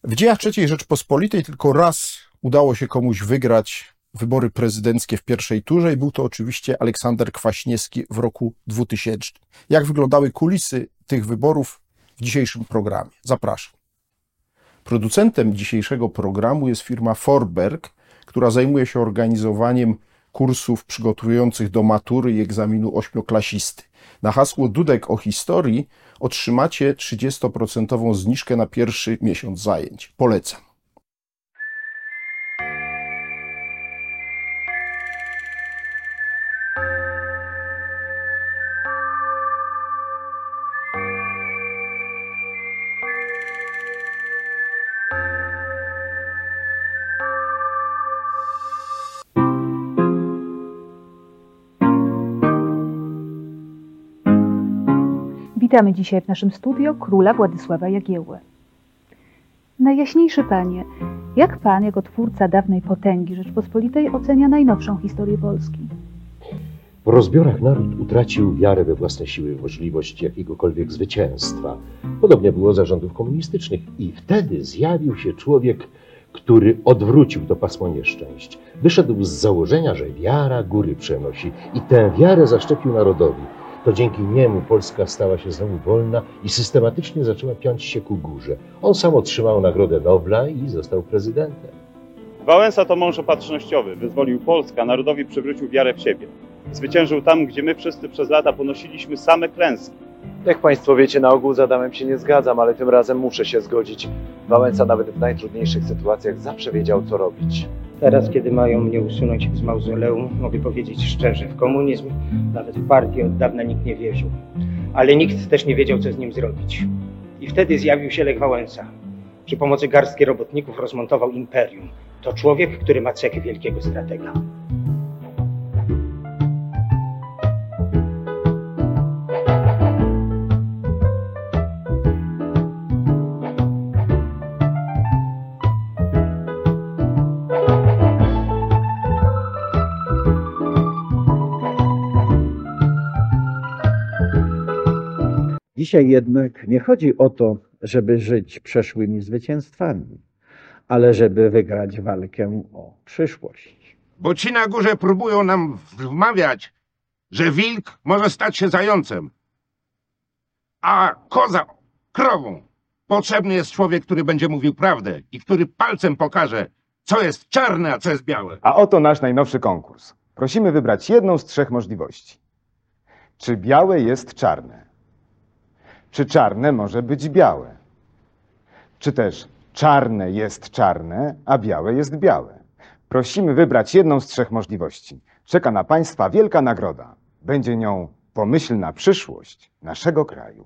W dziejach III Rzeczpospolitej tylko raz udało się komuś wygrać wybory prezydenckie w pierwszej turze i był to oczywiście Aleksander Kwaśniewski w roku 2000. Jak wyglądały kulisy tych wyborów w dzisiejszym programie? Zapraszam. Producentem dzisiejszego programu jest firma Forberg, która zajmuje się organizowaniem kursów przygotowujących do matury i egzaminu ośmioklasisty. Na hasło Dudek o historii otrzymacie 30% zniżkę na pierwszy miesiąc zajęć. Polecam. Witamy dzisiaj w naszym studio króla Władysława Jagiełły. Najjaśniejszy Panie, jak Pan jako twórca dawnej potęgi Rzeczpospolitej ocenia najnowszą historię Polski? W rozbiorach naród utracił wiarę we własne siły, w możliwość jakiegokolwiek zwycięstwa. Podobnie było za rządów komunistycznych i wtedy zjawił się człowiek, który odwrócił to pasmo nieszczęść. Wyszedł z założenia, że wiara góry przenosi i tę wiarę zaszczepił narodowi. To dzięki niemu Polska stała się znowu wolna i systematycznie zaczęła piąć się ku górze. On sam otrzymał Nagrodę Nobla i został prezydentem. Wałęsa to mąż opatrznościowy, wyzwolił Polskę, a narodowi przywrócił wiarę w siebie. Zwyciężył tam, gdzie my wszyscy przez lata ponosiliśmy same klęski. Jak Państwo wiecie, na ogół z Adamem się nie zgadzam, ale tym razem muszę się zgodzić. Wałęsa nawet w najtrudniejszych sytuacjach zawsze wiedział, co robić. Teraz, kiedy mają mnie usunąć z mauzoleum, mogę powiedzieć szczerze, w komunizm, nawet w partię od dawna nikt nie wierzył. Ale nikt też nie wiedział, co z nim zrobić. I wtedy zjawił się Lech Wałęsa. Przy pomocy garstki robotników rozmontował imperium. To człowiek, który ma cechy wielkiego stratega. Dzisiaj jednak nie chodzi o to, żeby żyć przeszłymi zwycięstwami, ale żeby wygrać walkę o przyszłość. Bo ci na górze próbują nam wmawiać, że wilk może stać się zającem, a koza krową. Potrzebny jest człowiek, który będzie mówił prawdę i który palcem pokaże, co jest czarne, a co jest białe. A oto nasz najnowszy konkurs. Prosimy wybrać jedną z trzech możliwości. Czy białe jest czarne? Czy czarne może być białe? Czy też czarne jest czarne, a białe jest białe? Prosimy wybrać jedną z trzech możliwości. Czeka na Państwa wielka nagroda. Będzie nią pomyślna przyszłość naszego kraju.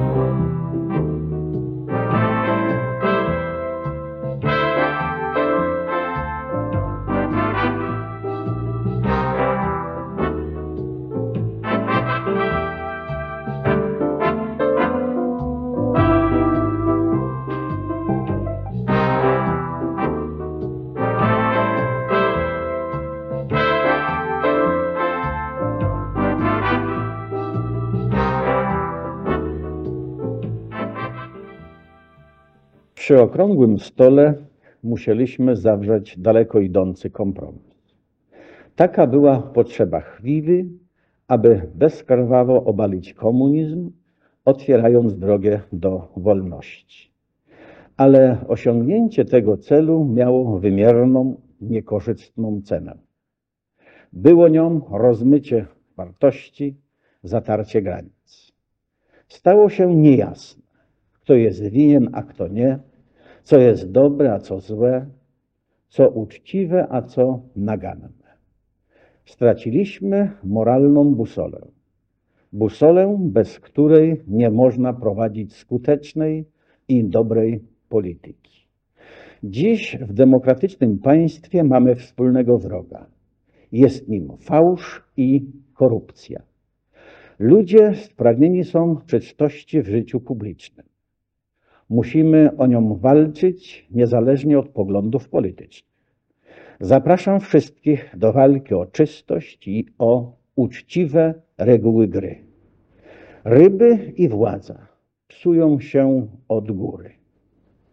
Przy okrągłym stole musieliśmy zawrzeć daleko idący kompromis. Taka była potrzeba chwili, aby bezkrwawo obalić komunizm, otwierając drogę do wolności. Ale osiągnięcie tego celu miało wymierną, niekorzystną cenę. Było nią rozmycie wartości, zatarcie granic. Stało się niejasne, kto jest winien, a kto nie, co jest dobre, a co złe, co uczciwe, a co naganne. Straciliśmy moralną busolę. Busolę, bez której nie można prowadzić skutecznej i dobrej polityki. Dziś w demokratycznym państwie mamy wspólnego wroga. Jest nim fałsz i korupcja. Ludzie spragnieni są czystości w życiu publicznym. Musimy o nią walczyć niezależnie od poglądów politycznych. Zapraszam wszystkich do walki o czystość i o uczciwe reguły gry. Ryby i władza psują się od góry.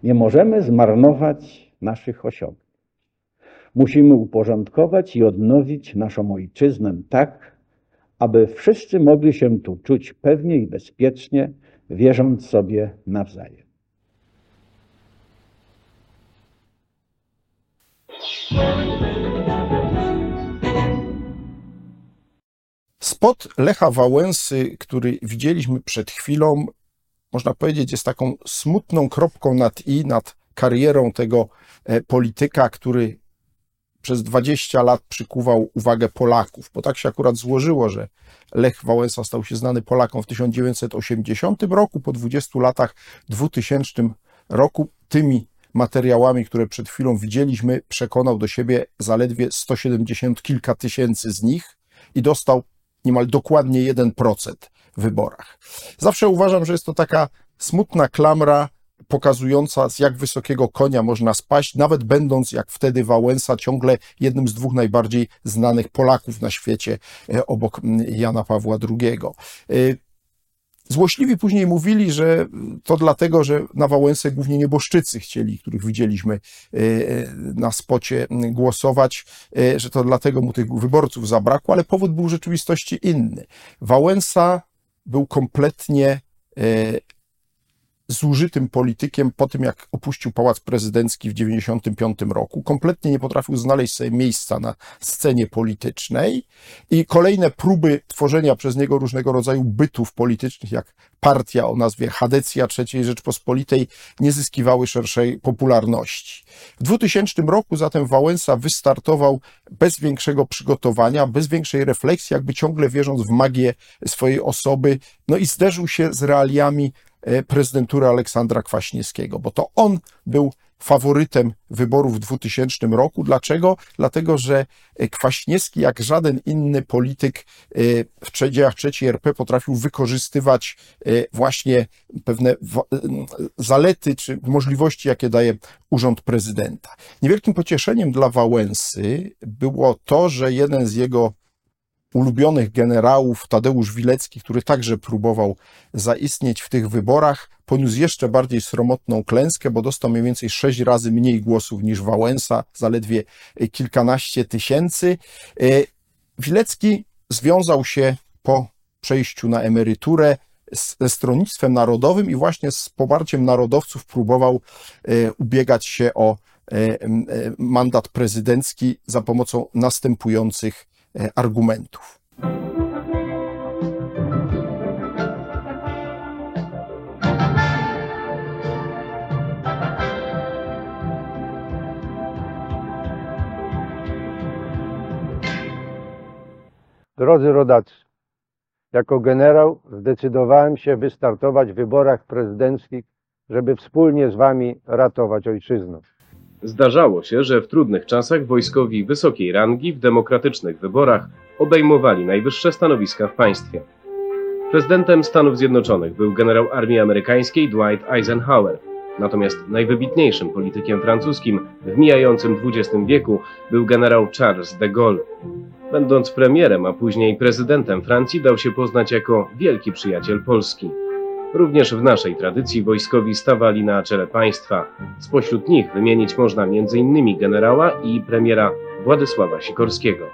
Nie możemy zmarnować naszych osiągnięć. Musimy uporządkować i odnowić naszą ojczyznę tak, aby wszyscy mogli się tu czuć pewnie i bezpiecznie, wierząc sobie nawzajem. Spot Lecha Wałęsy, który widzieliśmy przed chwilą, można powiedzieć, jest taką smutną kropką nad i, nad karierą tego polityka, który przez 20 lat przykuwał uwagę Polaków, bo tak się akurat złożyło, że Lech Wałęsa stał się znany Polakom w 1980 roku, po 20 latach w 2000 roku tymi materiałami, które przed chwilą widzieliśmy, przekonał do siebie zaledwie 170 kilka tysięcy z nich i dostał niemal dokładnie 1% w wyborach. Zawsze uważam, że jest to taka smutna klamra pokazująca, z jak wysokiego konia można spaść, nawet będąc, jak wtedy Wałęsa, ciągle jednym z dwóch najbardziej znanych Polaków na świecie, obok Jana Pawła II. Złośliwi później mówili, że to dlatego, że na Wałęsę głównie nieboszczycy chcieli, których widzieliśmy na spocie, głosować, że to dlatego mu tych wyborców zabrakło, ale powód był w rzeczywistości inny. Wałęsa był kompletnie zużytym politykiem po tym, jak opuścił Pałac Prezydencki w 1995 roku. Kompletnie nie potrafił znaleźć sobie miejsca na scenie politycznej i kolejne próby tworzenia przez niego różnego rodzaju bytów politycznych, jak partia o nazwie Chadecja III Rzeczpospolitej, nie zyskiwały szerszej popularności. W 2000 roku zatem Wałęsa wystartował bez większego przygotowania, bez większej refleksji, jakby ciągle wierząc w magię swojej osoby, no i zderzył się z realiami prezydentury Aleksandra Kwaśniewskiego, bo to on był faworytem wyborów w 2000 roku. Dlaczego? Dlatego, że Kwaśniewski, jak żaden inny polityk w dziejach III RP, potrafił wykorzystywać właśnie pewne zalety czy możliwości, jakie daje urząd prezydenta. Niewielkim pocieszeniem dla Wałęsy było to, że jeden z jego ulubionych generałów, Tadeusz Wilecki, który także próbował zaistnieć w tych wyborach, poniósł jeszcze bardziej sromotną klęskę, bo dostał mniej więcej 6 razy mniej głosów niż Wałęsa, zaledwie kilkanaście tysięcy. Wilecki związał się po przejściu na emeryturę ze Stronnictwem Narodowym i właśnie z poparciem narodowców próbował ubiegać się o mandat prezydencki za pomocą następujących argumentów. Drodzy rodacy, jako generał zdecydowałem się wystartować w wyborach prezydenckich, żeby wspólnie z wami ratować ojczyznę. Zdarzało się, że w trudnych czasach wojskowi wysokiej rangi w demokratycznych wyborach obejmowali najwyższe stanowiska w państwie. Prezydentem Stanów Zjednoczonych był generał armii amerykańskiej Dwight Eisenhower, natomiast najwybitniejszym politykiem francuskim w mijającym XX wieku był generał Charles de Gaulle. Będąc premierem, a później prezydentem Francji, dał się poznać jako wielki przyjaciel Polski. Również w naszej tradycji wojskowi stawali na czele państwa. Spośród nich wymienić można m.in. generała i premiera Władysława Sikorskiego.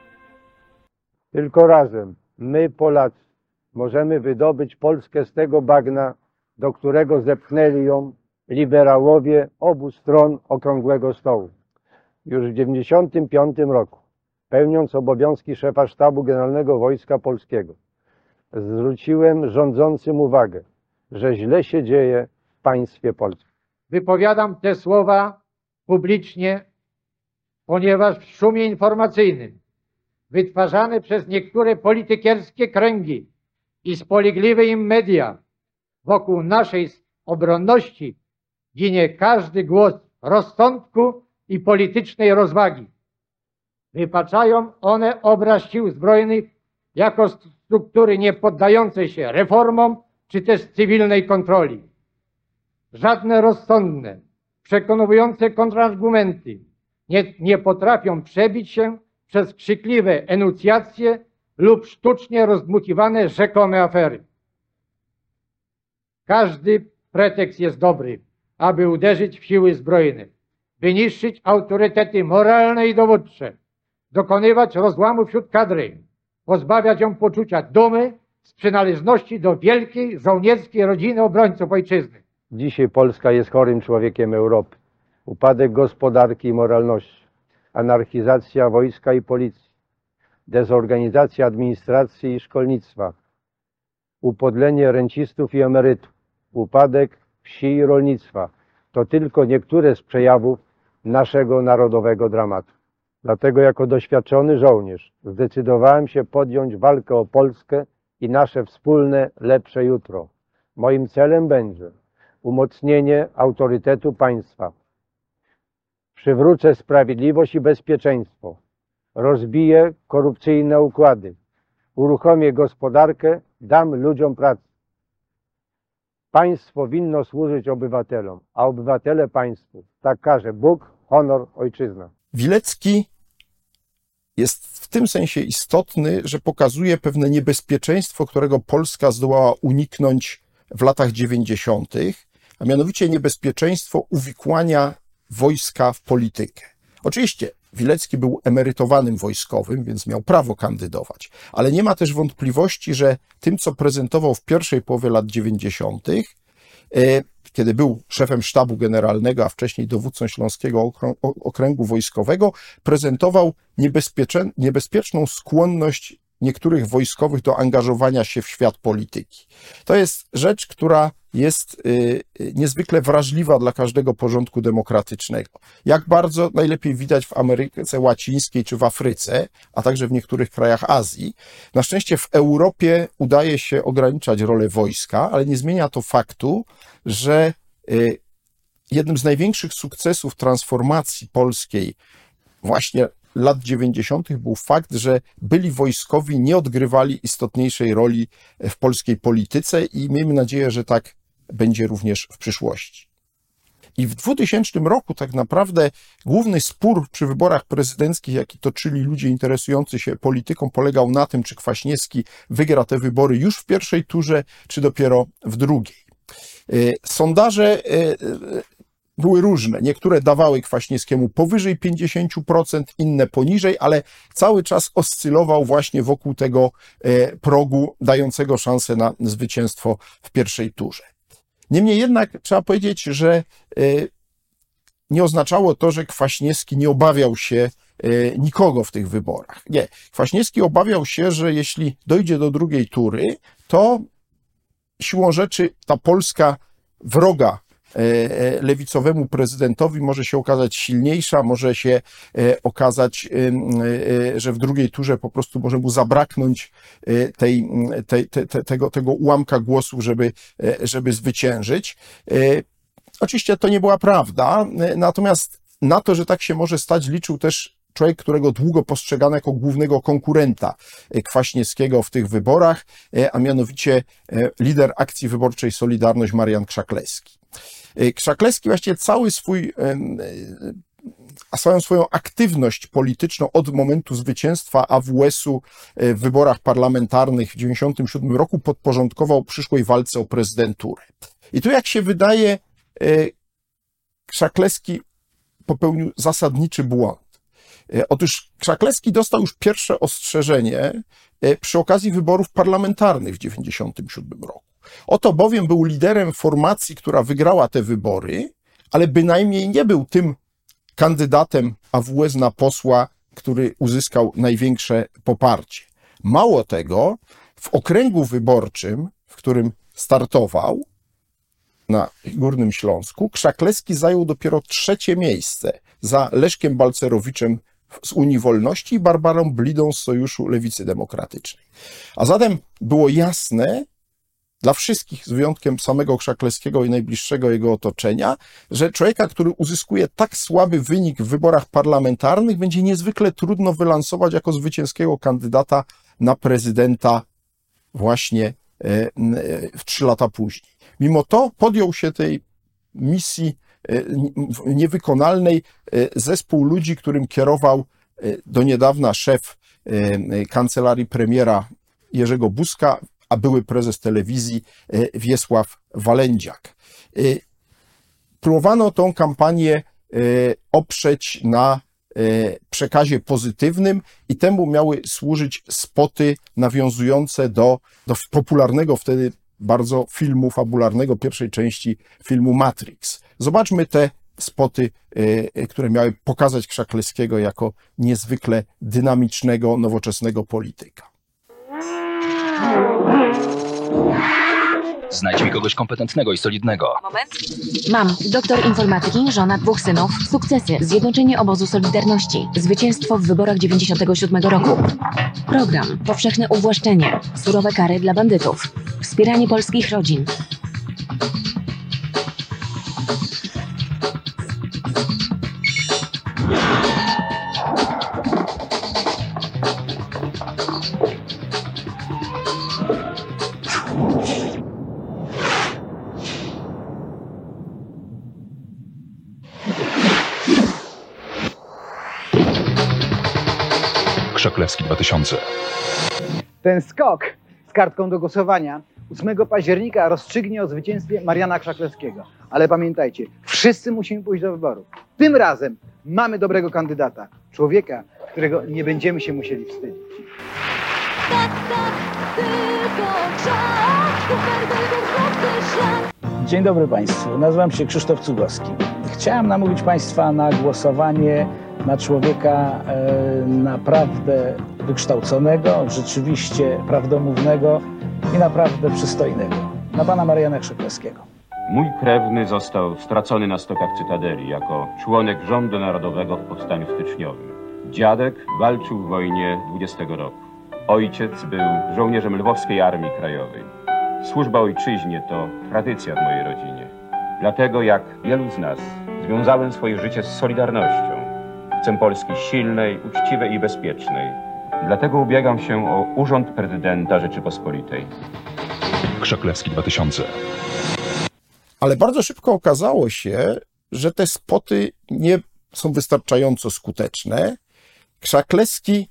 Tylko razem, my Polacy, możemy wydobyć Polskę z tego bagna, do którego zepchnęli ją liberałowie obu stron okrągłego stołu. Już w 1995 roku, pełniąc obowiązki szefa Sztabu Generalnego Wojska Polskiego, zwróciłem rządzącym uwagę, że źle się dzieje w państwie polskim. Wypowiadam te słowa publicznie, ponieważ w szumie informacyjnym wytwarzane przez niektóre politykierskie kręgi i spolegliwe im media wokół naszej obronności ginie każdy głos rozsądku i politycznej rozwagi. Wypaczają one obraz sił zbrojnych jako struktury niepoddające się reformom czy też cywilnej kontroli. Żadne rozsądne, przekonujące kontrargumenty nie potrafią przebić się przez krzykliwe enuncjacje lub sztucznie rozdmuchiwane rzekome afery. Każdy pretekst jest dobry, aby uderzyć w siły zbrojne, wyniszczyć autorytety moralne i dowódcze, dokonywać rozłamu wśród kadry, pozbawiać ją poczucia dumy z przynależności do wielkiej żołnierskiej rodziny obrońców ojczyzny. Dzisiaj Polska jest chorym człowiekiem Europy. Upadek gospodarki i moralności, anarchizacja wojska i policji, dezorganizacja administracji i szkolnictwa, upodlenie rencistów i emerytów, upadek wsi i rolnictwa. To tylko niektóre z przejawów naszego narodowego dramatu. Dlatego jako doświadczony żołnierz zdecydowałem się podjąć walkę o Polskę i nasze wspólne, lepsze jutro. Moim celem będzie umocnienie autorytetu państwa. Przywrócę sprawiedliwość i bezpieczeństwo. Rozbiję korupcyjne układy. Uruchomię gospodarkę, dam ludziom pracę. Państwo winno służyć obywatelom, a obywatele państwu. Tak każe Bóg, honor, ojczyzna. Wilecki jest w tym sensie istotny, że pokazuje pewne niebezpieczeństwo, którego Polska zdołała uniknąć w latach 90., a mianowicie niebezpieczeństwo uwikłania wojska w politykę. Oczywiście Wilecki był emerytowanym wojskowym, więc miał prawo kandydować, ale nie ma też wątpliwości, że tym, co prezentował w pierwszej połowie lat 90., kiedy był szefem sztabu generalnego, a wcześniej dowódcą Śląskiego Okręgu Wojskowego, prezentował niebezpieczną skłonność niektórych wojskowych do angażowania się w świat polityki. To jest rzecz, która jest niezwykle wrażliwa dla każdego porządku demokratycznego. Jak bardzo najlepiej widać w Ameryce Łacińskiej czy w Afryce, a także w niektórych krajach Azji. Na szczęście w Europie udaje się ograniczać rolę wojska, ale nie zmienia to faktu, że jednym z największych sukcesów transformacji polskiej właśnie lat 90. był fakt, że byli wojskowi nie odgrywali istotniejszej roli w polskiej polityce i miejmy nadzieję, że tak będzie również w przyszłości. I w 2000 roku tak naprawdę główny spór przy wyborach prezydenckich, jaki toczyli ludzie interesujący się polityką, polegał na tym, czy Kwaśniewski wygra te wybory już w pierwszej turze, czy dopiero w drugiej. Sondaże były różne. Niektóre dawały Kwaśniewskiemu powyżej 50%, inne poniżej, ale cały czas oscylował właśnie wokół tego progu dającego szansę na zwycięstwo w pierwszej turze. Niemniej jednak trzeba powiedzieć, że nie oznaczało to, że Kwaśniewski nie obawiał się nikogo w tych wyborach. Nie. Kwaśniewski obawiał się, że jeśli dojdzie do drugiej tury, to siłą rzeczy ta Polska wroga lewicowemu prezydentowi może się okazać silniejsza, może się okazać, że w drugiej turze po prostu może mu zabraknąć tego ułamka głosów, żeby zwyciężyć. Oczywiście to nie była prawda, natomiast na to, że tak się może stać, liczył też człowiek, którego długo postrzegano jako głównego konkurenta Kwaśniewskiego w tych wyborach, a mianowicie lider akcji wyborczej Solidarność Marian Krzaklewski. Krzaklewski właściwie całą swoją aktywność polityczną od momentu zwycięstwa AWS-u w wyborach parlamentarnych w 1997 roku podporządkował przyszłej walce o prezydenturę. I tu, jak się wydaje, Krzaklewski popełnił zasadniczy błąd. Otóż Krzaklewski dostał już pierwsze ostrzeżenie przy okazji wyborów parlamentarnych w 1997 roku. Oto bowiem był liderem formacji, która wygrała te wybory, ale bynajmniej nie był tym kandydatem AWS na posła, który uzyskał największe poparcie. Mało tego, w okręgu wyborczym, w którym startował na Górnym Śląsku, Krzaklewski zajął dopiero 3. miejsce za Leszkiem Balcerowiczem z Unii Wolności i Barbarą Blidą z Sojuszu Lewicy Demokratycznej. A zatem było jasne dla wszystkich, z wyjątkiem samego Krzaklewskiego i najbliższego jego otoczenia, że człowieka, który uzyskuje tak słaby wynik w wyborach parlamentarnych, będzie niezwykle trudno wylansować jako zwycięskiego kandydata na prezydenta właśnie 3 lata później. Mimo to podjął się tej misji niewykonalnej zespół ludzi, którym kierował do niedawna szef kancelarii premiera Jerzego Buzka, a były prezes telewizji Wiesław Walędziak. próbowano tą kampanię oprzeć na przekazie pozytywnym i temu miały służyć spoty nawiązujące do popularnego wtedy bardzo filmu fabularnego, pierwszej części filmu Matrix. Zobaczmy te spoty, które miały pokazać Krzaklewskiego jako niezwykle dynamicznego, nowoczesnego polityka. Znajdź mi kogoś kompetentnego i solidnego. Moment. Mam. Doktor informatyki, żona, 2 synów, sukcesy, zjednoczenie obozu Solidarności, zwycięstwo w wyborach 97 roku. Program, powszechne uwłaszczenie, surowe kary dla bandytów, wspieranie polskich rodzin. Krzaklewski 2000. Ten skok z kartką do głosowania 8 października rozstrzygnie o zwycięstwie Mariana Krzaklewskiego. Ale pamiętajcie, wszyscy musimy pójść do wyborów. Tym razem mamy dobrego kandydata. Człowieka, którego nie będziemy się musieli wstydzić. Dzień dobry Państwu, nazywam się Krzysztof Cugowski. Chciałem namówić Państwa na głosowanie na człowieka naprawdę wykształconego, rzeczywiście prawdomównego i naprawdę przystojnego. Na pana Mariana Krzaklewskiego. Mój krewny został stracony na stokach Cytadeli jako członek rządu narodowego w powstaniu styczniowym. Dziadek walczył w wojnie 20 roku. Ojciec był żołnierzem Lwowskiej Armii Krajowej. Służba ojczyźnie to tradycja w mojej rodzinie. Dlatego, jak wielu z nas, związałem swoje życie z Solidarnością. Chcę Polski silnej, uczciwej i bezpiecznej. Dlatego ubiegam się o urząd prezydenta Rzeczypospolitej. Krzaklewski 2000. Ale bardzo szybko okazało się, że te spoty nie są wystarczająco skuteczne. Krzaklewski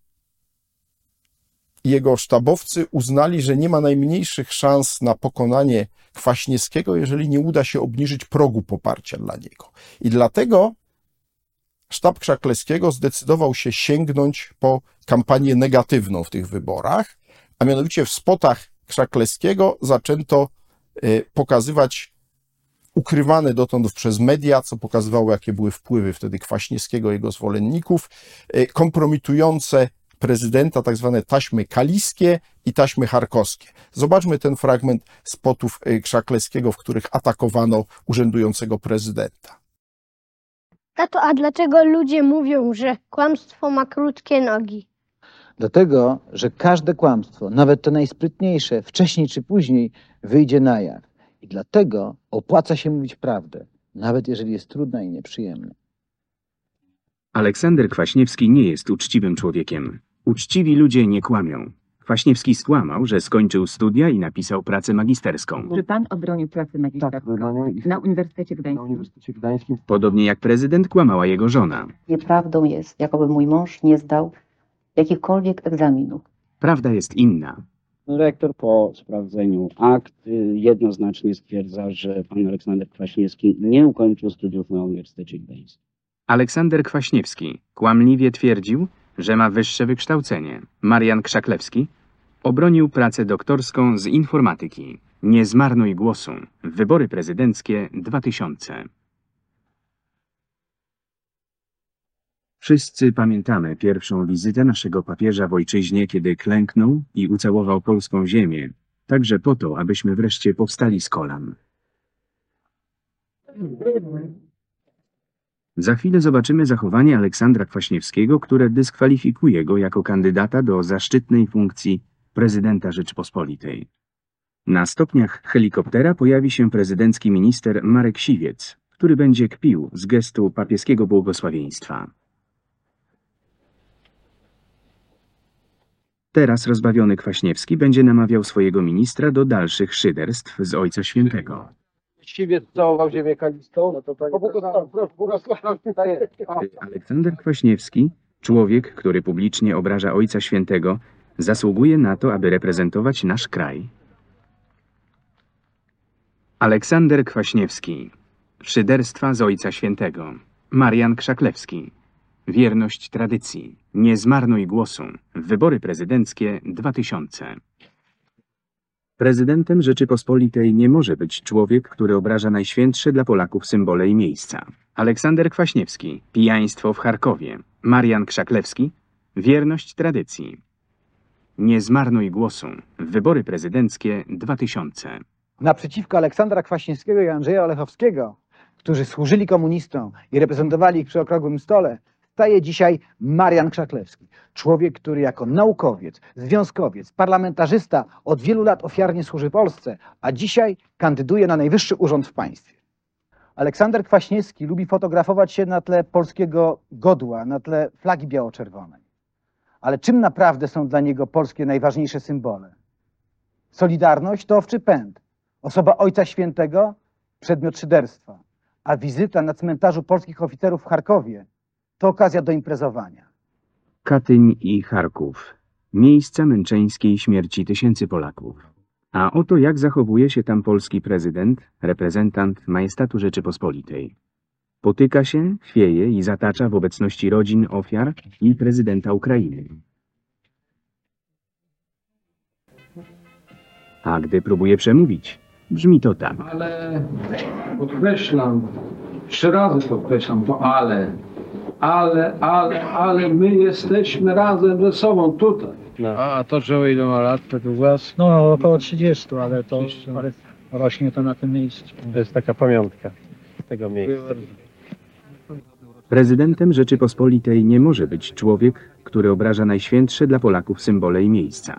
i jego sztabowcy uznali, że nie ma najmniejszych szans na pokonanie Kwaśniewskiego, jeżeli nie uda się obniżyć progu poparcia dla niego. I dlatego sztab Krzaklewskiego zdecydował się sięgnąć po kampanię negatywną w tych wyborach, a mianowicie w spotach Krzaklewskiego zaczęto pokazywać ukrywane dotąd przez media, co pokazywało, jakie były wpływy wtedy Kwaśniewskiego i jego zwolenników, kompromitujące prezydenta, tak zwane taśmy kaliskie i taśmy charkowskie. Zobaczmy ten fragment spotów Krzaklewskiego, w których atakowano urzędującego prezydenta. Tato, a dlaczego ludzie mówią, że kłamstwo ma krótkie nogi? Dlatego, że każde kłamstwo, nawet to najsprytniejsze, wcześniej czy później wyjdzie na jaw. I dlatego opłaca się mówić prawdę, nawet jeżeli jest trudna i nieprzyjemna. Aleksander Kwaśniewski nie jest uczciwym człowiekiem. Uczciwi ludzie nie kłamią. Kwaśniewski skłamał, że skończył studia i napisał pracę magisterską. Czy pan obronił pracę magisterską na Uniwersytecie Gdańskim? Podobnie jak prezydent, kłamała jego żona. Nieprawdą jest, jakoby mój mąż nie zdał jakichkolwiek egzaminów. Prawda jest inna. Rektor po sprawdzeniu akt jednoznacznie stwierdza, że pan Aleksander Kwaśniewski nie ukończył studiów na Uniwersytecie Gdańskim. Aleksander Kwaśniewski kłamliwie twierdził, że ma wyższe wykształcenie. Marian Krzaklewski obronił pracę doktorską z informatyki. Nie zmarnuj głosu. Wybory prezydenckie 2000. Wszyscy pamiętamy pierwszą wizytę naszego papieża w ojczyźnie, kiedy klęknął i ucałował polską ziemię, także po to, abyśmy wreszcie powstali z kolan. Za chwilę zobaczymy zachowanie Aleksandra Kwaśniewskiego, które dyskwalifikuje go jako kandydata do zaszczytnej funkcji prezydenta Rzeczypospolitej. Na stopniach helikoptera pojawi się prezydencki minister Marek Siwiec, który będzie kpił z gestu papieskiego błogosławieństwa. Teraz rozbawiony Kwaśniewski będzie namawiał swojego ministra do dalszych szyderstw z Ojca Świętego. Siwiec całował ziemię kalistą. Aleksander Kwaśniewski, człowiek, który publicznie obraża Ojca Świętego, zasługuje na to, aby reprezentować nasz kraj. Aleksander Kwaśniewski. Szyderstwa z Ojca Świętego. Marian Krzaklewski. Wierność tradycji. Nie zmarnuj głosu. Wybory prezydenckie 2000. Prezydentem Rzeczypospolitej nie może być człowiek, który obraża najświętsze dla Polaków symbole i miejsca. Aleksander Kwaśniewski. Pijaństwo w Charkowie. Marian Krzaklewski. Wierność tradycji. Nie zmarnuj głosu. Wybory prezydenckie 2000. Naprzeciwko Aleksandra Kwaśniewskiego i Andrzeja Olechowskiego, którzy służyli komunistom i reprezentowali ich przy okrągłym stole, staje dzisiaj Marian Krzaklewski. Człowiek, który jako naukowiec, związkowiec, parlamentarzysta od wielu lat ofiarnie służy Polsce, a dzisiaj kandyduje na najwyższy urząd w państwie. Aleksander Kwaśniewski lubi fotografować się na tle polskiego godła, na tle flagi biało-czerwonej. Ale czym naprawdę są dla niego polskie najważniejsze symbole? Solidarność to owczy pęd. Osoba Ojca Świętego przedmiot szyderstwa. A wizyta na cmentarzu polskich oficerów w Charkowie to okazja do imprezowania. Katyń i Charków. Miejsca męczeńskiej śmierci tysięcy Polaków. A oto jak zachowuje się tam polski prezydent, reprezentant majestatu Rzeczypospolitej. Potyka się, chwieje i zatacza w obecności rodzin ofiar i prezydenta Ukrainy. A gdy próbuje przemówić, brzmi to tak. Ale podkreślam, 3 razy podkreślam to ale my jesteśmy razem ze sobą tutaj. A to, że o ile ma lat, to u was? No około 30, ale to rośnie to na tym miejscu. To jest taka pamiątka tego miejsca. Prezydentem Rzeczypospolitej nie może być człowiek, który obraża najświętsze dla Polaków symbole i miejsca.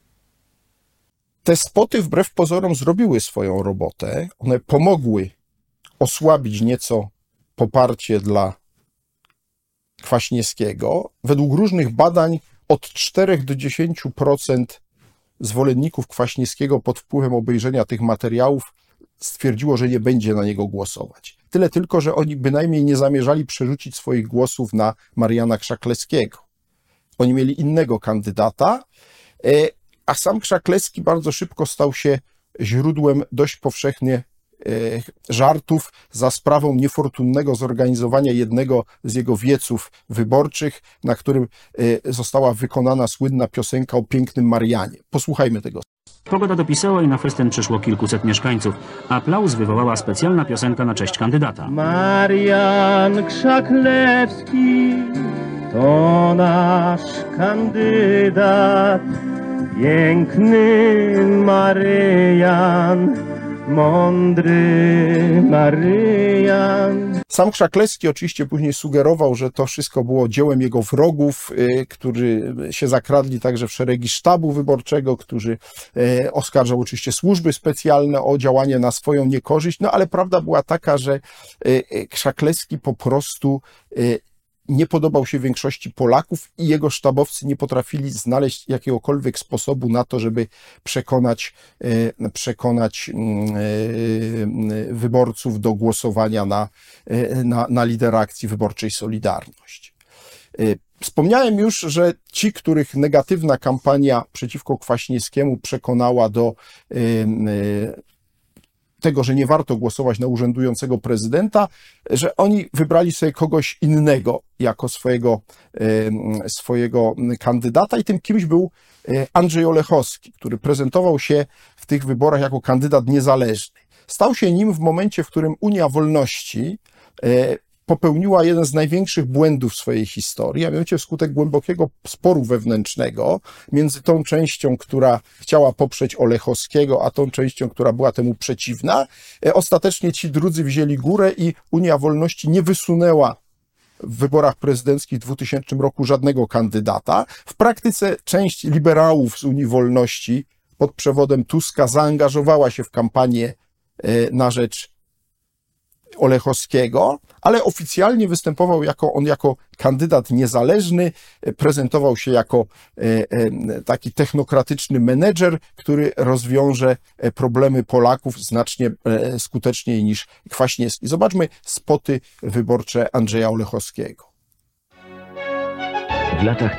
Te spoty wbrew pozorom zrobiły swoją robotę. One pomogły osłabić nieco poparcie dla Kwaśniewskiego. Według różnych badań od 4 do 10% zwolenników Kwaśniewskiego pod wpływem obejrzenia tych materiałów stwierdziło, że nie będzie na niego głosować. Tyle tylko, że oni bynajmniej nie zamierzali przerzucić swoich głosów na Mariana Krzaklewskiego. Oni mieli innego kandydata, a sam Krzaklewski bardzo szybko stał się źródłem dość powszechnie żartów za sprawą niefortunnego zorganizowania jednego z jego wieców wyborczych, na którym została wykonana słynna piosenka o pięknym Marianie. Posłuchajmy tego. Pogoda dopisała i na festyn przyszło kilkuset mieszkańców. Aplauz wywołała specjalna piosenka na cześć kandydata. Marian Krzaklewski to nasz kandydat, piękny Maryjan, mądry Maryjan. Sam Krzaklewski oczywiście później sugerował, że to wszystko było dziełem jego wrogów, którzy się zakradli także w szeregi sztabu wyborczego, którzy oskarżał oczywiście służby specjalne o działanie na swoją niekorzyść, no ale prawda była taka, że Krzaklewski po prostu nie podobał się większości Polaków i jego sztabowcy nie potrafili znaleźć jakiegokolwiek sposobu na to, żeby przekonać wyborców do głosowania na lidera akcji wyborczej Solidarność. Wspomniałem już, że ci, których negatywna kampania przeciwko Kwaśniewskiemu przekonała do tego, że nie warto głosować na urzędującego prezydenta, że oni wybrali sobie kogoś innego jako swojego kandydata i tym kimś był Andrzej Olechowski, który prezentował się w tych wyborach jako kandydat niezależny. Stał się nim w momencie, w którym Unia Wolności popełniła jeden z największych błędów w swojej historii, a mianowicie wskutek głębokiego sporu wewnętrznego między tą częścią, która chciała poprzeć Olechowskiego, a tą częścią, która była temu przeciwna. Ostatecznie ci drudzy wzięli górę i Unia Wolności nie wysunęła w wyborach prezydenckich w 2000 roku żadnego kandydata. W praktyce część liberałów z Unii Wolności pod przewodem Tuska zaangażowała się w kampanię na rzecz Olechowskiego, ale oficjalnie występował jako kandydat niezależny, prezentował się jako taki technokratyczny menedżer, który rozwiąże problemy Polaków znacznie skuteczniej niż Kwaśniewski. Zobaczmy spoty wyborcze Andrzeja Olechowskiego. W latach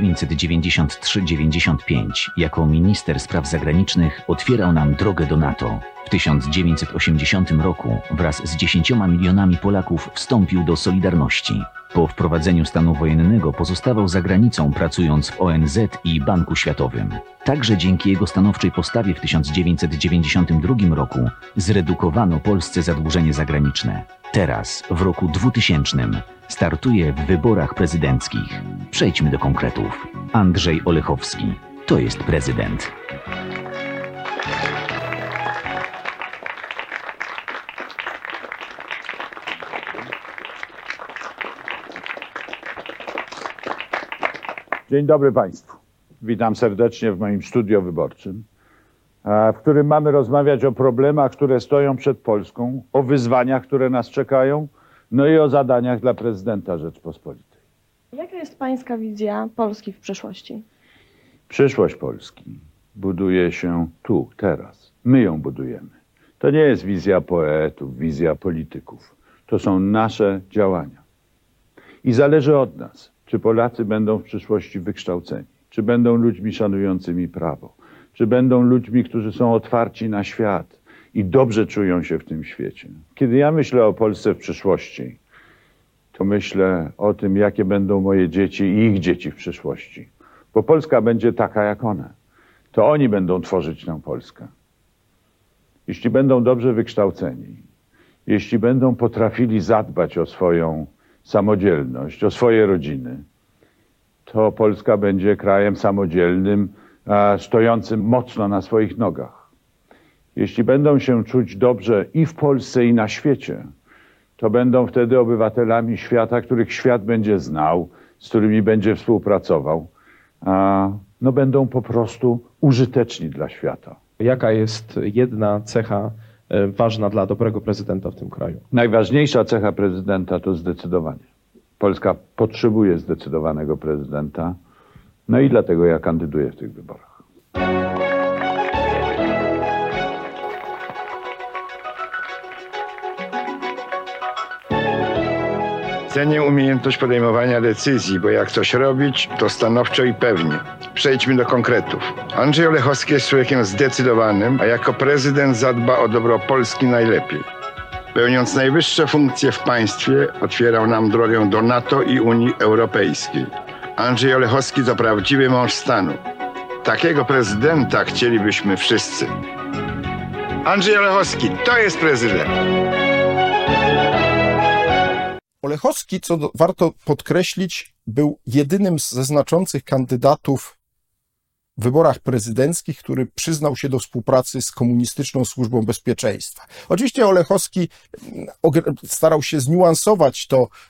1993-95 jako minister spraw zagranicznych otwierał nam drogę do NATO. W 1980 roku wraz z 10 milionami Polaków wstąpił do Solidarności. Po wprowadzeniu stanu wojennego pozostawał za granicą, pracując w ONZ i Banku Światowym. Także dzięki jego stanowczej postawie w 1992 roku zredukowano Polsce zadłużenie zagraniczne. Teraz, w roku 2000, startuje w wyborach prezydenckich. Przejdźmy do konkretów. Andrzej Olechowski to jest prezydent. Dzień dobry Państwu. Witam serdecznie w moim studio wyborczym, w którym mamy rozmawiać o problemach, które stoją przed Polską, o wyzwaniach, które nas czekają, no i o zadaniach dla prezydenta Rzeczpospolitej. Jaka jest Pańska wizja Polski w przyszłości? Przyszłość Polski buduje się tu, teraz. My ją budujemy. To nie jest wizja poetów, wizja polityków. To są nasze działania. I zależy od nas, czy Polacy będą w przyszłości wykształceni, czy będą ludźmi szanującymi prawo, czy będą ludźmi, którzy są otwarci na świat i dobrze czują się w tym świecie. Kiedy ja myślę o Polsce w przyszłości, to myślę o tym, jakie będą moje dzieci i ich dzieci w przyszłości. Bo Polska będzie taka jak one. To oni będą tworzyć tę Polskę. Jeśli będą dobrze wykształceni, jeśli będą potrafili zadbać o swoją samodzielność, o swoje rodziny, to Polska będzie krajem samodzielnym, stojącym mocno na swoich nogach. Jeśli będą się czuć dobrze i w Polsce, i na świecie, to będą wtedy obywatelami świata, których świat będzie znał, z którymi będzie współpracował. No będą po prostu użyteczni dla świata. Jaka jest jedna cecha ważna dla dobrego prezydenta w tym kraju? Najważniejsza cecha prezydenta to zdecydowanie. Polska potrzebuje zdecydowanego prezydenta, no i dlatego ja kandyduję w tych wyborach. Cenię umiejętność podejmowania decyzji, bo jak coś robić, to stanowczo i pewnie. Przejdźmy do konkretów. Andrzej Olechowski jest człowiekiem zdecydowanym, a jako prezydent zadba o dobro Polski najlepiej. Pełniąc najwyższe funkcje w państwie, otwierał nam drogę do NATO i Unii Europejskiej. Andrzej Olechowski to prawdziwy mąż stanu. Takiego prezydenta chcielibyśmy wszyscy. Andrzej Olechowski to jest prezydent. Olechowski, co warto podkreślić, był jedynym ze znaczących kandydatów w wyborach prezydenckich, który przyznał się do współpracy z komunistyczną służbą bezpieczeństwa. Oczywiście Olechowski starał się zniuansować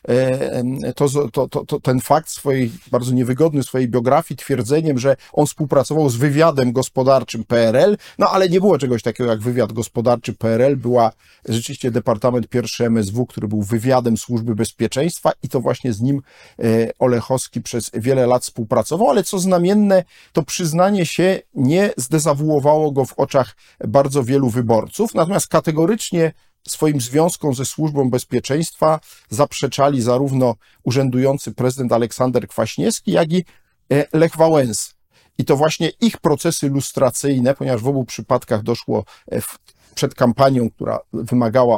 ten fakt swojej, bardzo niewygodny swojej biografii, twierdzeniem, że on współpracował z wywiadem gospodarczym PRL, no ale nie było czegoś takiego jak wywiad gospodarczy PRL, była rzeczywiście Departament I MSW, który był wywiadem Służby Bezpieczeństwa i to właśnie z nim Olechowski przez wiele lat współpracował, ale co znamienne, to przyznanie się nie zdezawuowało go w oczach bardzo wielu wyborców, natomiast kategorycznie swoim związkom ze Służbą Bezpieczeństwa zaprzeczali zarówno urzędujący prezydent Aleksander Kwaśniewski, jak i Lech Wałęsa. I to właśnie ich procesy lustracyjne, ponieważ w obu przypadkach doszło przed kampanią, która wymagała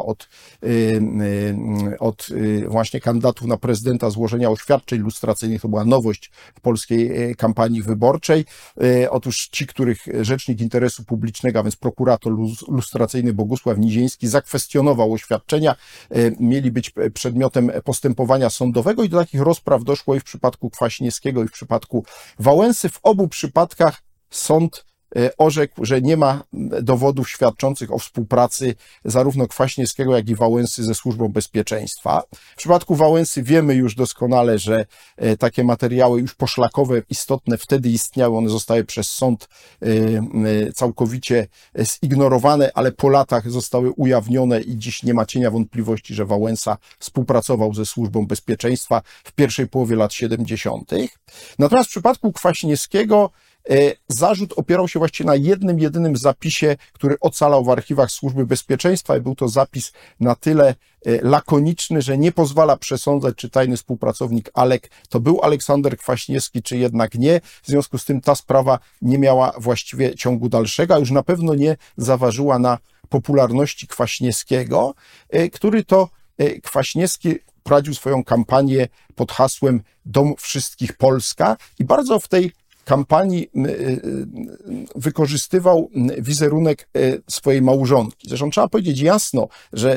od właśnie kandydatów na prezydenta złożenia oświadczeń lustracyjnych, to była nowość w polskiej kampanii wyborczej. Otóż ci, których Rzecznik Interesu Publicznego, a więc prokurator lustracyjny Bogusław Niziński zakwestionował oświadczenia, mieli być przedmiotem postępowania sądowego i do takich rozpraw doszło i w przypadku Kwaśniewskiego, i w przypadku Wałęsy. W obu przypadkach sąd orzekł, że nie ma dowodów świadczących o współpracy zarówno Kwaśniewskiego, jak i Wałęsy ze Służbą Bezpieczeństwa. W przypadku Wałęsy wiemy już doskonale, że takie materiały już poszlakowe, istotne wtedy istniały, one zostały przez sąd całkowicie zignorowane, ale po latach zostały ujawnione i dziś nie ma cienia wątpliwości, że Wałęsa współpracował ze Służbą Bezpieczeństwa w pierwszej połowie lat 70. Natomiast w przypadku Kwaśniewskiego zarzut opierał się właściwie na jednym, jedynym zapisie, który ocalał w archiwach Służby Bezpieczeństwa i był to zapis na tyle lakoniczny, że nie pozwala przesądzać, czy tajny współpracownik Alek to był Aleksander Kwaśniewski, czy jednak nie. W związku z tym ta sprawa nie miała właściwie ciągu dalszego, a już na pewno nie zaważyła na popularności Kwaśniewskiego, który to Kwaśniewski prowadził swoją kampanię pod hasłem Dom Wszystkich Polska i bardzo w tej kampanii wykorzystywał wizerunek swojej małżonki. Zresztą trzeba powiedzieć jasno, że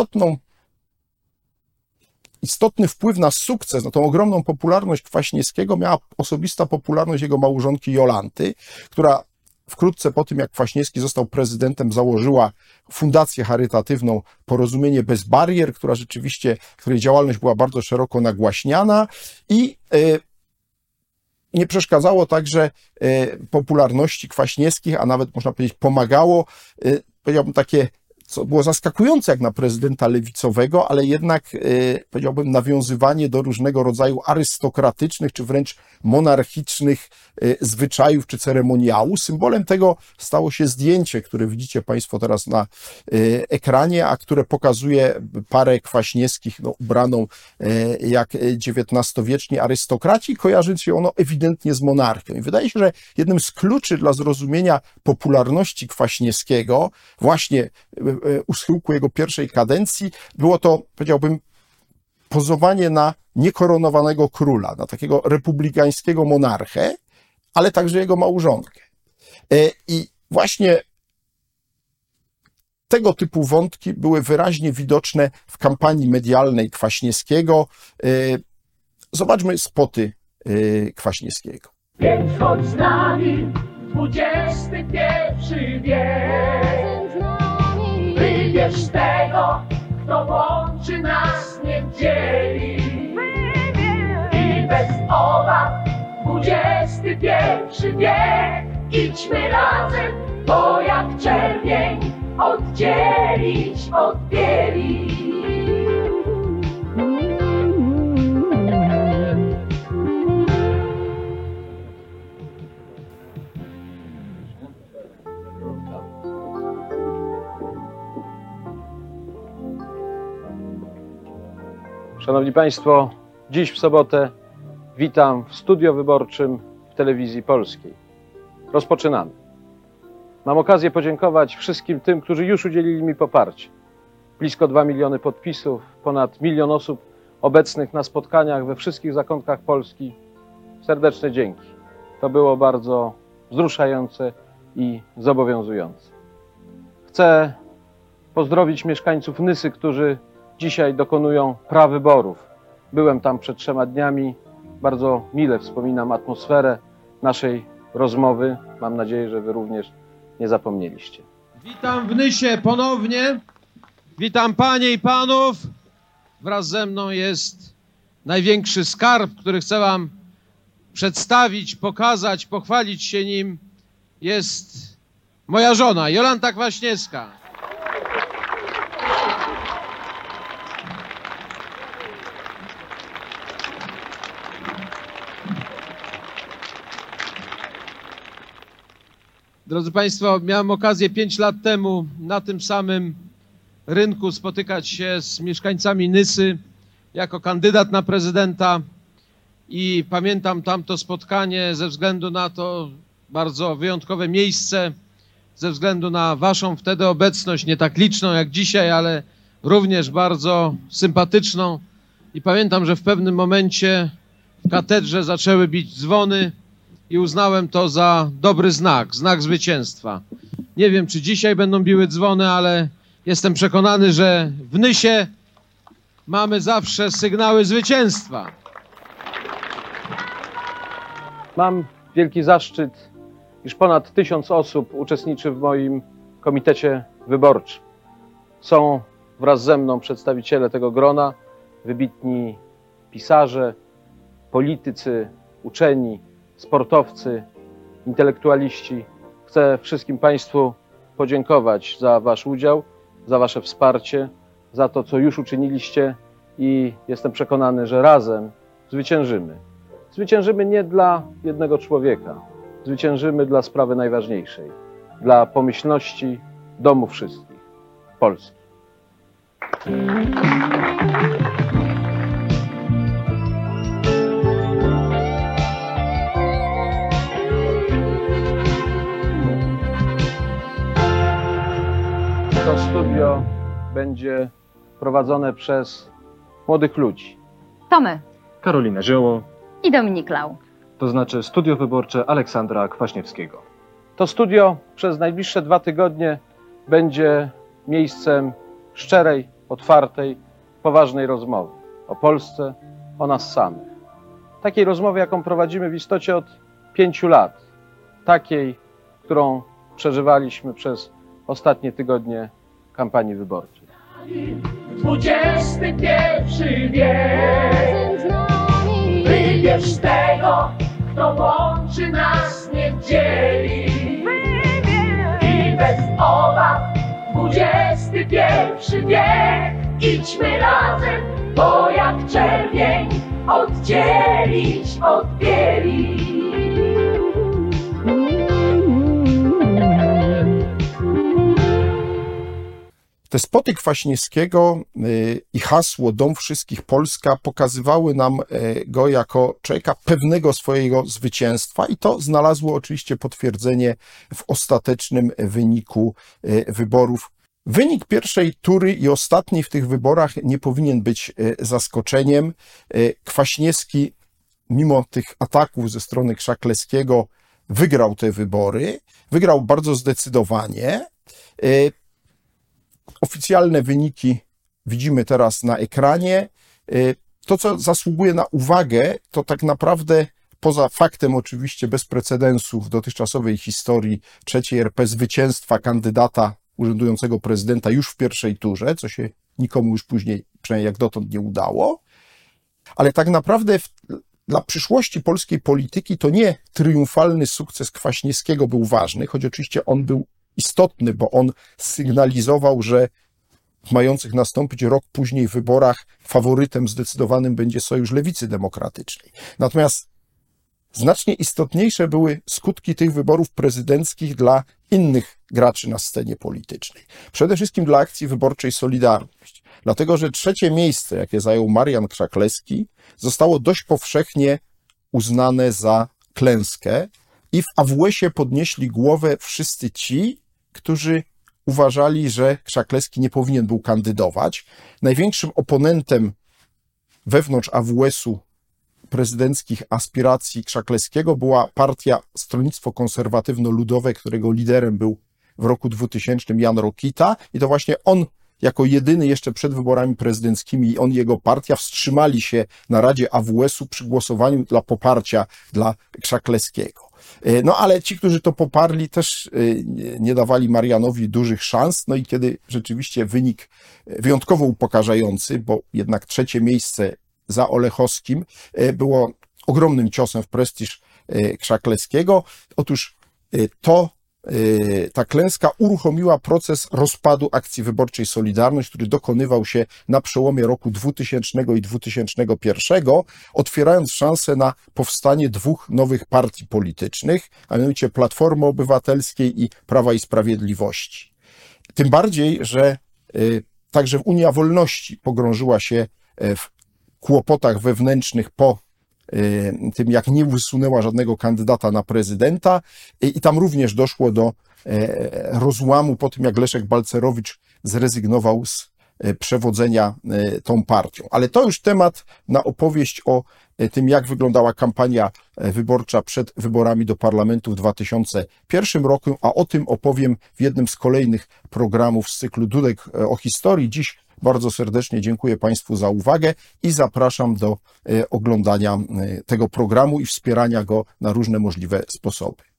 istotny wpływ na sukces, na tą ogromną popularność Kwaśniewskiego miała osobista popularność jego małżonki Jolanty, która wkrótce po tym, jak Kwaśniewski został prezydentem, założyła fundację charytatywną Porozumienie Bez Barier, której działalność była bardzo szeroko nagłaśniana i nie przeszkadzało także popularności Kwaśniewskich, a nawet można powiedzieć pomagało, powiedziałbym takie, co było zaskakujące jak na prezydenta lewicowego, ale jednak powiedziałbym nawiązywanie do różnego rodzaju arystokratycznych czy wręcz monarchicznych zwyczajów czy ceremoniału. Symbolem tego stało się zdjęcie, które widzicie Państwo teraz na ekranie, a które pokazuje parę Kwaśniewskich ubraną jak XIX-wieczni arystokraci. Kojarzy się ono ewidentnie z monarchią. I wydaje się, że jednym z kluczy dla zrozumienia popularności Kwaśniewskiego właśnie u schyłku jego pierwszej kadencji było to, powiedziałbym, pozowanie na niekoronowanego króla, na takiego republikańskiego monarchę, ale także jego małżonkę. I właśnie tego typu wątki były wyraźnie widoczne w kampanii medialnej Kwaśniewskiego. Zobaczmy spoty Kwaśniewskiego. Więc chodź z nami, XXI wiek. Wybierz tego, kto łączy nas, nie dzieli. I bez obaw, XXI wiek. Idźmy razem, bo jak czerwień oddzielić od bieli. Szanowni Państwo, dziś w sobotę witam w studio wyborczym w Telewizji Polskiej. Rozpoczynamy. Mam okazję podziękować wszystkim tym, którzy już udzielili mi poparcia. Blisko 2 miliony podpisów, ponad 1 milion osób obecnych na spotkaniach we wszystkich zakątkach Polski. Serdeczne dzięki. To było bardzo wzruszające i zobowiązujące. Chcę pozdrowić mieszkańców Nysy, którzy dzisiaj dokonują prawyborów. Byłem tam przed 3 dniami. Bardzo mile wspominam atmosferę naszej rozmowy. Mam nadzieję, że Wy również nie zapomnieliście. Witam w Nysie ponownie. Witam Panie i Panów. Wraz ze mną jest największy skarb, który chcę Wam przedstawić, pokazać, pochwalić się nim. Jest moja żona, Jolanta Kwaśniewska. Drodzy Państwo, miałem okazję 5 lat temu na tym samym rynku spotykać się z mieszkańcami Nysy jako kandydat na prezydenta i pamiętam tamto spotkanie ze względu na to bardzo wyjątkowe miejsce, ze względu na Waszą wtedy obecność, nie tak liczną jak dzisiaj, ale również bardzo sympatyczną. I pamiętam, że w pewnym momencie w katedrze zaczęły bić dzwony i uznałem to za dobry znak, znak zwycięstwa. Nie wiem, czy dzisiaj będą biły dzwony, ale jestem przekonany, że w Nysie mamy zawsze sygnały zwycięstwa. Mam wielki zaszczyt, iż ponad 1000 osób uczestniczy w moim komitecie wyborczym. Są wraz ze mną przedstawiciele tego grona, wybitni pisarze, politycy, uczeni, sportowcy, intelektualiści. Chcę wszystkim Państwu podziękować za Wasz udział, za Wasze wsparcie, za to, co już uczyniliście i jestem przekonany, że razem zwyciężymy. Zwyciężymy nie dla jednego człowieka, zwyciężymy dla sprawy najważniejszej, dla pomyślności domu wszystkich, Polski. To studio będzie prowadzone przez młodych ludzi. To my Karolina Zioło, i Dominik Lau. to znaczy Studio Wyborcze Aleksandra Kwaśniewskiego. To studio przez najbliższe 2 tygodnie będzie miejscem szczerej, otwartej, poważnej rozmowy o Polsce, o nas samych. Takiej rozmowy, jaką prowadzimy w istocie od 5 lat. Takiej, którą przeżywaliśmy przez ostatnie tygodnie kampanii wyborczej. XXI wiek. Wybierz tego, kto łączy nas, nie dzieli. I bez obaw XXI wiek. Idźmy razem, bo jak czerwień oddzielić od bieli. Te spoty Kwaśniewskiego i hasło Dom Wszystkich Polska pokazywały nam go jako człowieka pewnego swojego zwycięstwa i to znalazło oczywiście potwierdzenie w ostatecznym wyniku wyborów. Wynik pierwszej tury i ostatniej w tych wyborach nie powinien być zaskoczeniem. Kwaśniewski, mimo tych ataków ze strony Krzaklewskiego, wygrał te wybory. Wygrał bardzo zdecydowanie. Oficjalne wyniki widzimy teraz na ekranie. To, co zasługuje na uwagę, to tak naprawdę poza faktem oczywiście bez precedensu w dotychczasowej historii III RP zwycięstwa kandydata urzędującego prezydenta już w pierwszej turze, co się nikomu już później, przynajmniej jak dotąd, nie udało. Ale tak naprawdę dla przyszłości polskiej polityki to nie triumfalny sukces Kwaśniewskiego był ważny, choć oczywiście on był istotny, bo on sygnalizował, że w mających nastąpić rok później w wyborach faworytem zdecydowanym będzie Sojusz Lewicy Demokratycznej. Natomiast znacznie istotniejsze były skutki tych wyborów prezydenckich dla innych graczy na scenie politycznej. Przede wszystkim dla akcji wyborczej Solidarność. Dlatego, że trzecie miejsce, jakie zajął Marian Krzaklewski, zostało dość powszechnie uznane za klęskę i w AWS-ie podnieśli głowę wszyscy ci, którzy uważali, że Krzaklewski nie powinien był kandydować. Największym oponentem wewnątrz AWS-u prezydenckich aspiracji Krzaklewskiego była partia Stronnictwo Konserwatywno-Ludowe, którego liderem był w roku 2000 Jan Rokita i to właśnie on jako jedyny jeszcze przed wyborami prezydenckimi i on i jego partia wstrzymali się na Radzie AWS-u przy głosowaniu dla poparcia dla Krzaklewskiego. No ale ci, którzy to poparli, też nie dawali Marianowi dużych szans. No i kiedy rzeczywiście wynik wyjątkowo upokarzający, bo jednak trzecie miejsce za Olechowskim było ogromnym ciosem w prestiż Krzaklewskiego. Otóż ta klęska uruchomiła proces rozpadu akcji wyborczej Solidarność, który dokonywał się na przełomie roku 2000 i 2001, otwierając szansę na powstanie 2 nowych partii politycznych, a mianowicie Platformy Obywatelskiej i Prawa i Sprawiedliwości. Tym bardziej, że także Unia Wolności pogrążyła się w kłopotach wewnętrznych po tym, jak nie usunęła żadnego kandydata na prezydenta i tam również doszło do rozłamu po tym, jak Leszek Balcerowicz zrezygnował z przewodzenia tą partią. Ale to już temat na opowieść o tym, jak wyglądała kampania wyborcza przed wyborami do parlamentu w 2001 roku, a o tym opowiem w jednym z kolejnych programów z cyklu Dudek o historii. Dziś bardzo serdecznie dziękuję Państwu za uwagę i zapraszam do oglądania tego programu i wspierania go na różne możliwe sposoby.